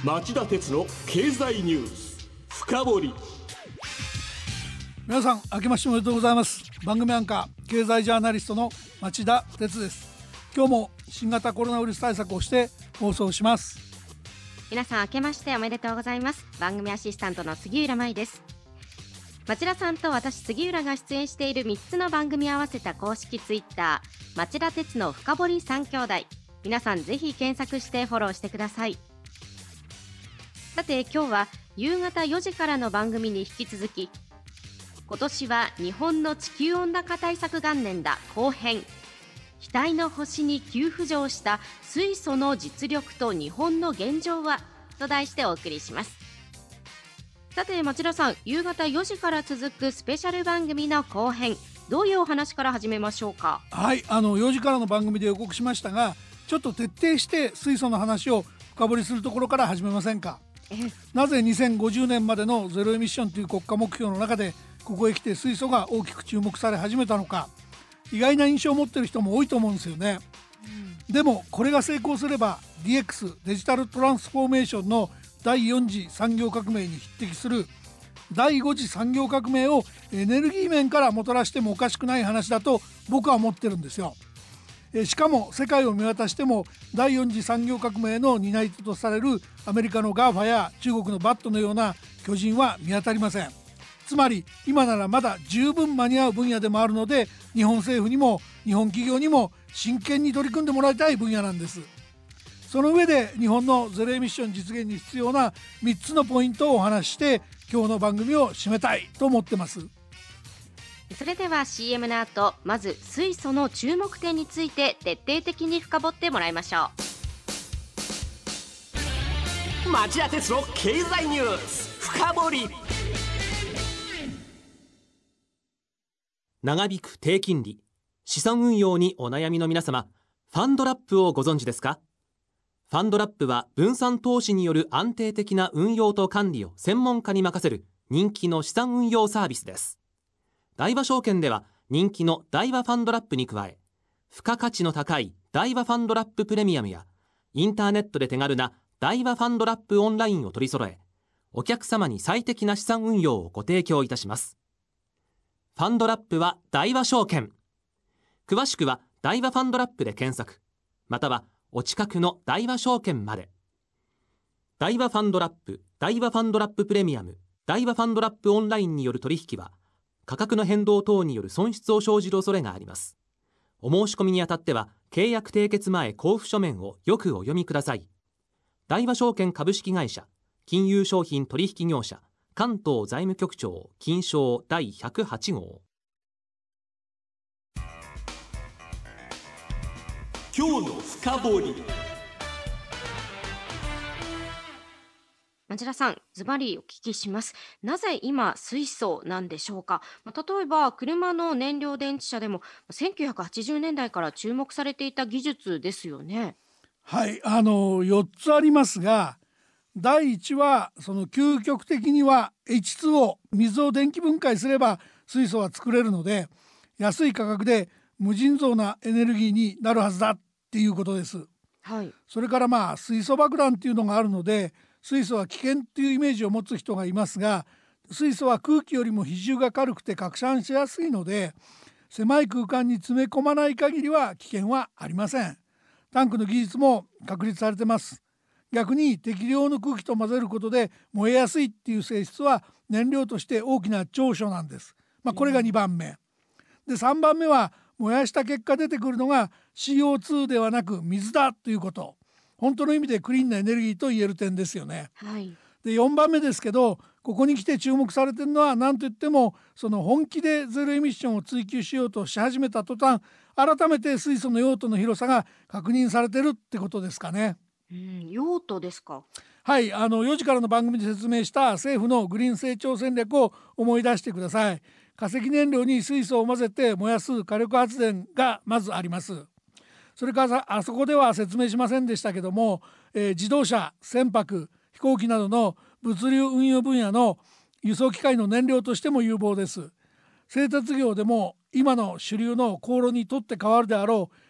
町田鉄の経済ニュース深掘り。 皆さん明けましておめでとうございます。番組アンカー経済ジャーナリストの町田鉄です。今日も新型コロナウイルス対策をして放送します。 皆さん明けましておめでとうございます。番組アシスタントの杉浦舞です。町田さんと私杉浦が出演している3つの番組を合わせた公式ツイッター町田鉄の深掘り3兄弟、皆さんぜひ検索してフォローしてください。さて今日は夕方4時からの番組に引き続き、今年は日本の地球温暖化対策元年だ後編、期待の星に急浮上した水素の実力と日本の現状はと題してお送りします。さて町田さん、夕方4時から続くスペシャル番組の後編、どういうお話から始めましょうか。 はい、4時からの番組で予告しましたが、ちょっと徹底して水素の話を深掘りするところから始めませんか。なぜ2050年までのゼロエミッションという国家目標の中でここへ来て水素が大きく注目され始めたのか、意外な印象を持っている人も多いと思うんですよね。でもこれが成功すれば DX デジタルトランスフォーメーションの第4次産業革命に匹敵する第5次産業革命をエネルギー面からもたらしてもおかしくない話だと僕は思ってるんですよ。しかも世界を見渡しても第4次産業革命の担い手とされるアメリカの GAFA や中国のバットのような巨人は見当たりません。つまり今ならまだ十分間に合う分野でもあるので、日本政府にも日本企業にも真剣に取り組んでもらいたい分野なんです。その上で日本のゼロエミッション実現に必要な3つのポイントをお話しして今日の番組を締めたいと思ってます。 それでは CM の後、まず水素の注目点について徹底的に深掘ってもらいましょう。町田鉄の経済ニュース深掘り。 長引く低金利、資産運用にお悩みの皆様、ファンドラップをご存知ですか？ファンドラップは分散投資による安定的な運用と管理を専門家に任せる人気の資産運用サービスです。大和証券では人気の大和ファンドラップに加え、付加価値の高い大和ファンドラッププレミアムやインターネットで手軽な大和ファンドラップオンラインを取り揃え、お客様に最適な資産運用をご提供いたします。ファンドラップは大和証券。詳しくは大和ファンドラップで検索、またはお近くの大和証券まで。大和ファンドラップ、大和ファンドラッププレミアム、大和ファンドラップオンラインによる取引は価格の変動等による損失を生じる恐れがあります。お申し込みにあたっては契約締結前交付書面をよくお読みください。大和証券株式会社金融商品取引業者関東財務局長金商第108号。 今日の深掘り。 町田さん、ズバリお聞きします。なぜ今水素なんでしょうか。例えば車の燃料電池車でも1980年代から注目されていた技術ですよね。 はい、4つありますが、第1はその究極的には H2O 水を電気分解すれば水素は作れるので、安い価格で無尽蔵なエネルギーになるはずだっていうことです。 はい、 それから水素爆弾っていうのがあるので、水素は危険っていうイメージを持つ人がいますが、水素は空気よりも比重が軽くて拡散しやすいので、狭い空間に詰め込まない限りは危険はありません。タンクの技術も確立されてます。逆に適量の空気と混ぜることで燃えやすいっていう性質は燃料として大きな長所なんです。これが2番目で、3番目は燃やした結果出てくるのが CO2 ではなく水だということ。本当の意味でクリーンなエネルギーと言える点ですよね。 はい、 で4番目ですけど、ここに来て注目されているのは何といっても、その本気でゼロエミッションを追求しようとし始めた途端、改めて水素の用途の広さが確認されているってことですかね。 用途ですか。 はい、4時からの番組で説明した政府のグリーン成長戦略を思い出してください。化石燃料に水素を混ぜて燃やす火力発電がまずあります。それからあそこでは説明しませんでしたけども、自動車、船舶、飛行機などの物流運輸分野の輸送機械の燃料としても有望です。製鉄業でも今の主流の高炉にとって変わるであろう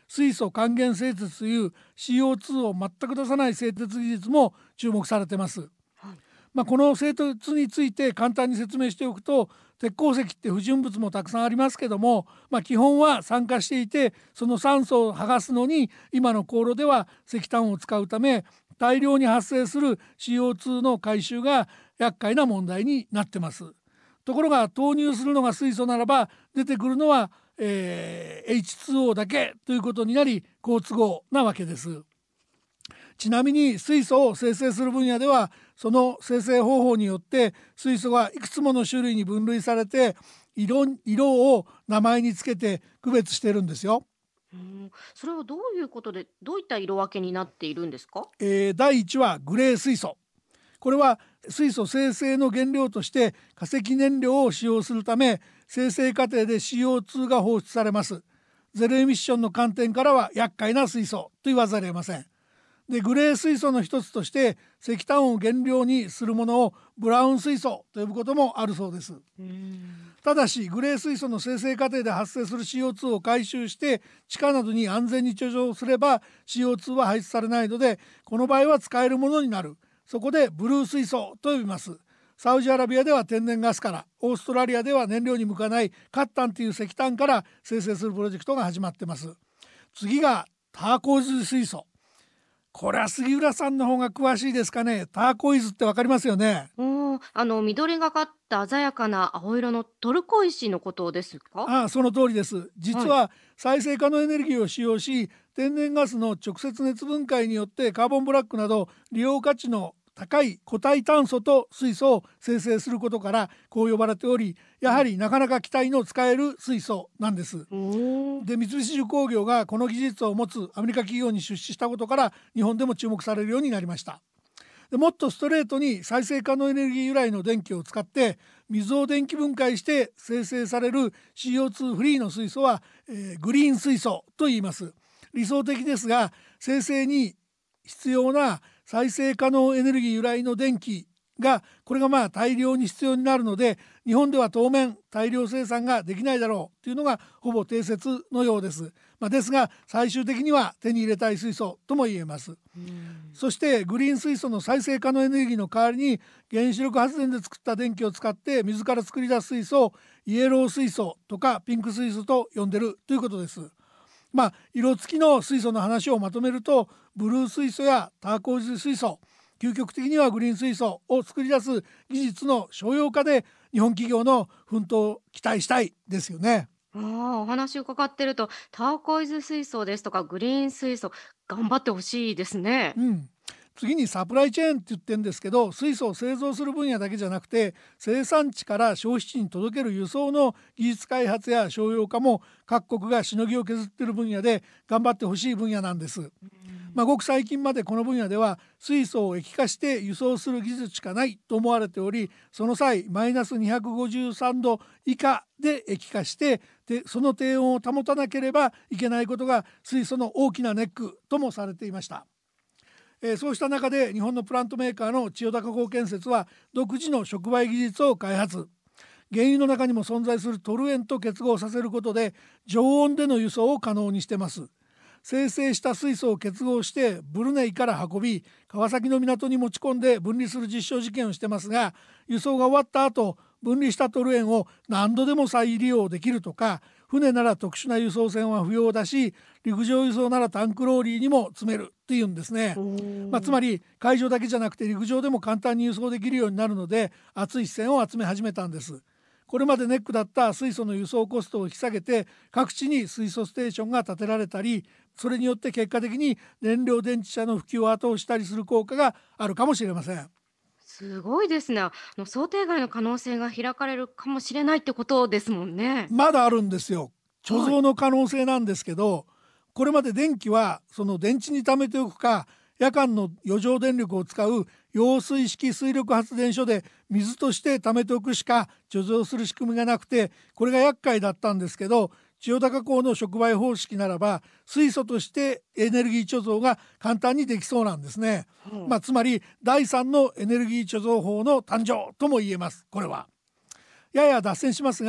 水素還元製鉄という CO2 を全く出さない製鉄技術も注目されています。この製鉄について簡単に説明しておくと、鉄鉱石って不純物もたくさんありますけども、基本は酸化していて、その酸素を剥がすのに今の高炉では石炭を使うため、大量に発生する CO2 の回収が厄介な問題になってます。ところが投入するのが水素ならば出てくるのは、H2O だけということになり好都合なわけです。ちなみに水素を生成する分野では、その生成方法によって水素がいくつもの種類に分類されて、色を名前につけて区別してるんですよ。 それはどういうことで、どういった色分けになっているんですか？ 第1はグレー水素。これは水素生成の原料として化石燃料を使用するため、生成過程で CO2 が放出されます。ゼロエミッションの観点からは厄介な水素と言わざるを得ません。でグレー水素の一つとして石炭を原料にするものをブラウン水素と呼ぶこともあるそうです。ただしグレー水素の生成過程で発生する CO2 を回収して地下などに安全に貯蔵すれば CO2 は排出されないので、この場合は使えるものになる。そこでブルー水素と呼びます。サウジアラビアでは天然ガスから、オーストラリアでは燃料に向かないカッタンという石炭から生成するプロジェクトが始まってます。次がターコイズ水素。これは杉浦さんの方が詳しいですかね。ターコイズってわかりますよね。 緑がかった鮮やかな青色のトルコ石のことですか？ その通りです。実は再生可能エネルギーを使用し、天然ガスの直接熱分解によってカーボンブラックなど利用価値の高い固体炭素と水素を生成することからこう呼ばれており、やはりなかなか期待の使える水素なんです。で三菱重工業がこの技術を持つアメリカ企業に出資したことから日本でも注目されるようになりました。でもっとストレートに再生可能エネルギー由来の電気を使って水を電気分解して生成される CO2 フリーの水素は、グリーン水素と言います。理想的ですが、生成に必要な再生可能エネルギー由来の電気がこれが大量に必要になるので、日本では当面大量生産ができないだろうというのがほぼ定説のようです。ですが最終的には手に入れたい水素とも言えます。そしてグリーン水素の再生可能エネルギーの代わりに原子力発電で作った電気を使って水から作り出す水素をイエロー水素とかピンク水素と呼んでるということです。色付きの水素の話をまとめると、ブルー水素やターコイズ水素、究極的にはグリーン水素を作り出す技術の商用化で日本企業の奮闘を期待したいですよね。 お話を伺ってるとターコイズ水素ですとかグリーン水素頑張ってほしいですね。 次にサプライチェーンって言ってるんですけど、水素を製造する分野だけじゃなくて生産地から消費地に届ける輸送の技術開発や商用化も各国がしのぎを削っている分野で頑張ってほしい分野なんです。ごく最近までこの分野では水素を液化して輸送する技術しかないと思われており、その際マイナス253度以下で液化してその低温を保たなければいけないことが水素の大きなネックともされていました。そうした中で日本のプラントメーカーの千代田化工建設は独自の触媒技術を開発。原油の中にも存在するトルエンと結合させることで常温での輸送を可能にしています。生成した水素を結合してブルネイから運び川崎の港に持ち込んで分離する実証実験をしてますが、輸送が終わった後分離したトルエンを何度でも再利用できるとか、船なら特殊な輸送船は不要だし陸上輸送ならタンクローリーにも積めるっていうんですね。つまり海上だけじゃなくて陸上でも簡単に輸送できるようになるので熱い視線を集め始めたんです。これまでネックだった水素の輸送コストを引き下げて各地に水素ステーションが建てられたり、それによって結果的に燃料電池車の普及を後押ししたりする効果があるかもしれません。 すごいですね。想定外の可能性が開かれるかもしれないってことですもんね。 まだあるんですよ。貯蔵の可能性なんですけど、これまで電気はその電池に貯めておくか夜間の余剰電力を使う揚水式水力発電所で水として貯めておくしか貯蔵する仕組みがなくて、これが厄介だったんですけど、千代田化工の触媒方式ならば水素としてエネルギー貯蔵が簡単にできそうなんですね。つまり第3のエネルギー貯蔵法の誕生とも言えます。これはやや脱線しますが、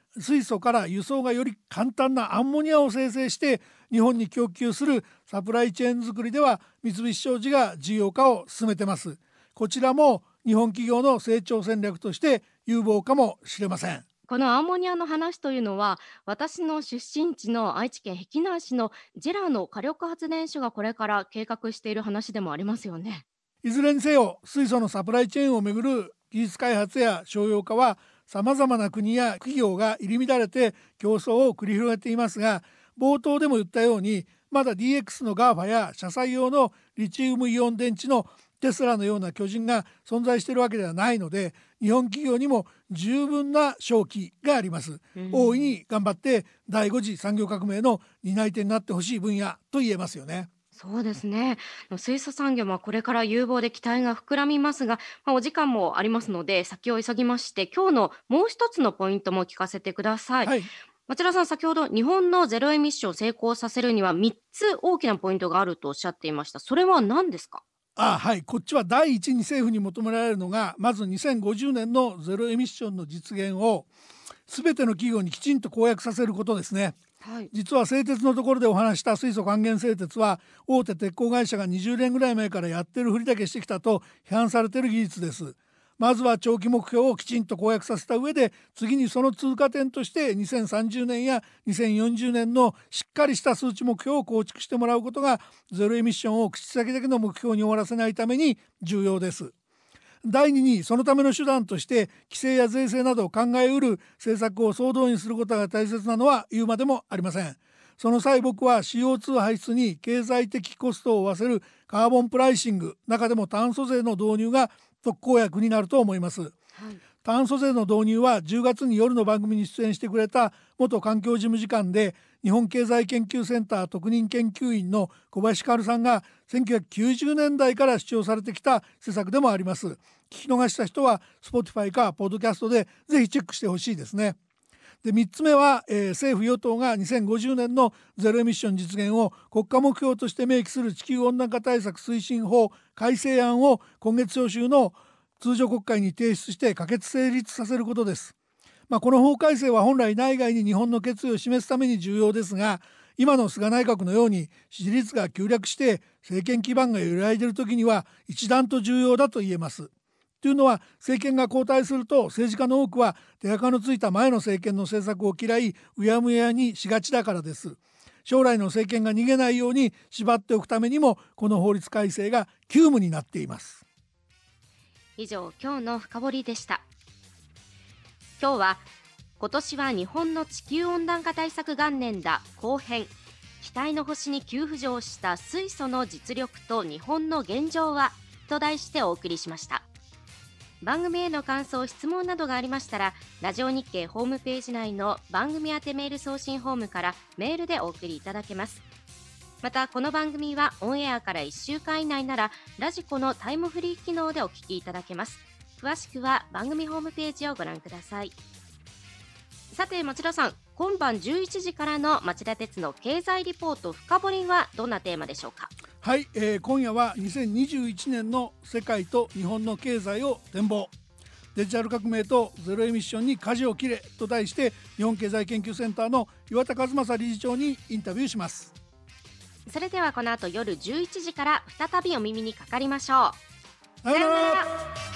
水素から輸送がより簡単なアンモニアを生成して日本に供給するサプライチェーン作りでは三菱商事が事業化を進めてます。こちらも日本企業の成長戦略として有望かもしれません。 このアンモニアの話というのは、私の出身地の愛知県碧南市のジェラの火力発電所がこれから計画している話でもありますよね。 いずれにせよ水素のサプライチェーンをめぐる技術開発や商用化はさまざまな国や企業が入り乱れて競争を繰り広げていますが、冒頭でも言ったようにまだ DX の GAFA や車載用のリチウムイオン電池のテスラのような巨人が存在しているわけではないので、日本企業にも十分な商機があります。大いに頑張って第5次産業革命の担い手になってほしい分野と言えますよね。 そうですね。水素産業もこれから有望で期待が膨らみますが、お時間もありますので先を急ぎまして、今日のもう一つのポイントも聞かせてください。 はい、 町田さん、先ほど日本のゼロエミッションを成功させるには3つ大きなポイントがあるとおっしゃっていました。それは何ですか？ はい、こっちは第一に政府に求められるのが、まず2050年のゼロエミッションの実現を全ての企業にきちんと公約させることですね。 はい、 実は製鉄のところでお話した水素還元製鉄は大手鉄鋼会社が20年ぐらい前からやってるふりだけしてきたと批判されている技術です。まずは長期目標をきちんと公約させた上で、次にその通過点として2030年や2040年のしっかりした数値目標を構築してもらうことがゼロエミッションを口先だけの目標に終わらせないために重要です。第2にそのための手段として規制や税制などを考えうる政策を総動員することが大切なのは言うまでもありません。その際僕は CO2 排出に経済的コストを負わせるカーボンプライシング、中でも炭素税の導入が特効薬になると思います。はい、炭素税の導入は10月に夜の番組に出演してくれた元環境事務次官で日本経済研究センター特任研究員の小林薫さんが1990年代から主張されてきた施策でもあります。聞き逃した人は Spotify かポッドキャストでぜひチェックしてほしいですね。で3つ目は、政府与党が2050年のゼロエミッション実現を国家目標として明記する地球温暖化対策推進法改正案を今月召集の通常国会に提出して可決成立させることです。この法改正は本来内外に日本の決意を示すために重要ですが、今の菅内閣のように支持率が急落して政権基盤が揺らいでいる時には一段と重要だと言えます。というのは、政権が交代すると政治家の多くは手垢のついた前の政権の政策を嫌いうやむやにしがちだからです。将来の政権が逃げないように縛っておくためにもこの法律改正が急務になっています。 以上、今日の深掘りでした。今日は今年は日本の地球温暖化対策元年だ後編、期待の星に急浮上した水素の実力と日本の現状はと題してお送りしました。番組への感想、質問などがありましたら、ラジオ日経ホームページ内の番組宛てメール送信フォームからメールでお送りいただけます。またこの番組はオンエアから1週間以内ならラジコのタイムフリー機能でお聞きいただけます。詳しくは番組ホームページをご覧ください。さて町田さん、今晩11時からの町田鉄の経済リポート深掘りはどんなテーマでしょうか？ はい、今夜は2021年の世界と日本の経済を展望、デジタル革命とゼロエミッションに舵を切れと題して日本経済研究センターの岩田和正理事長にインタビューします。 それではこの後夜11時から再びお耳にかかりましょう。 さようなら。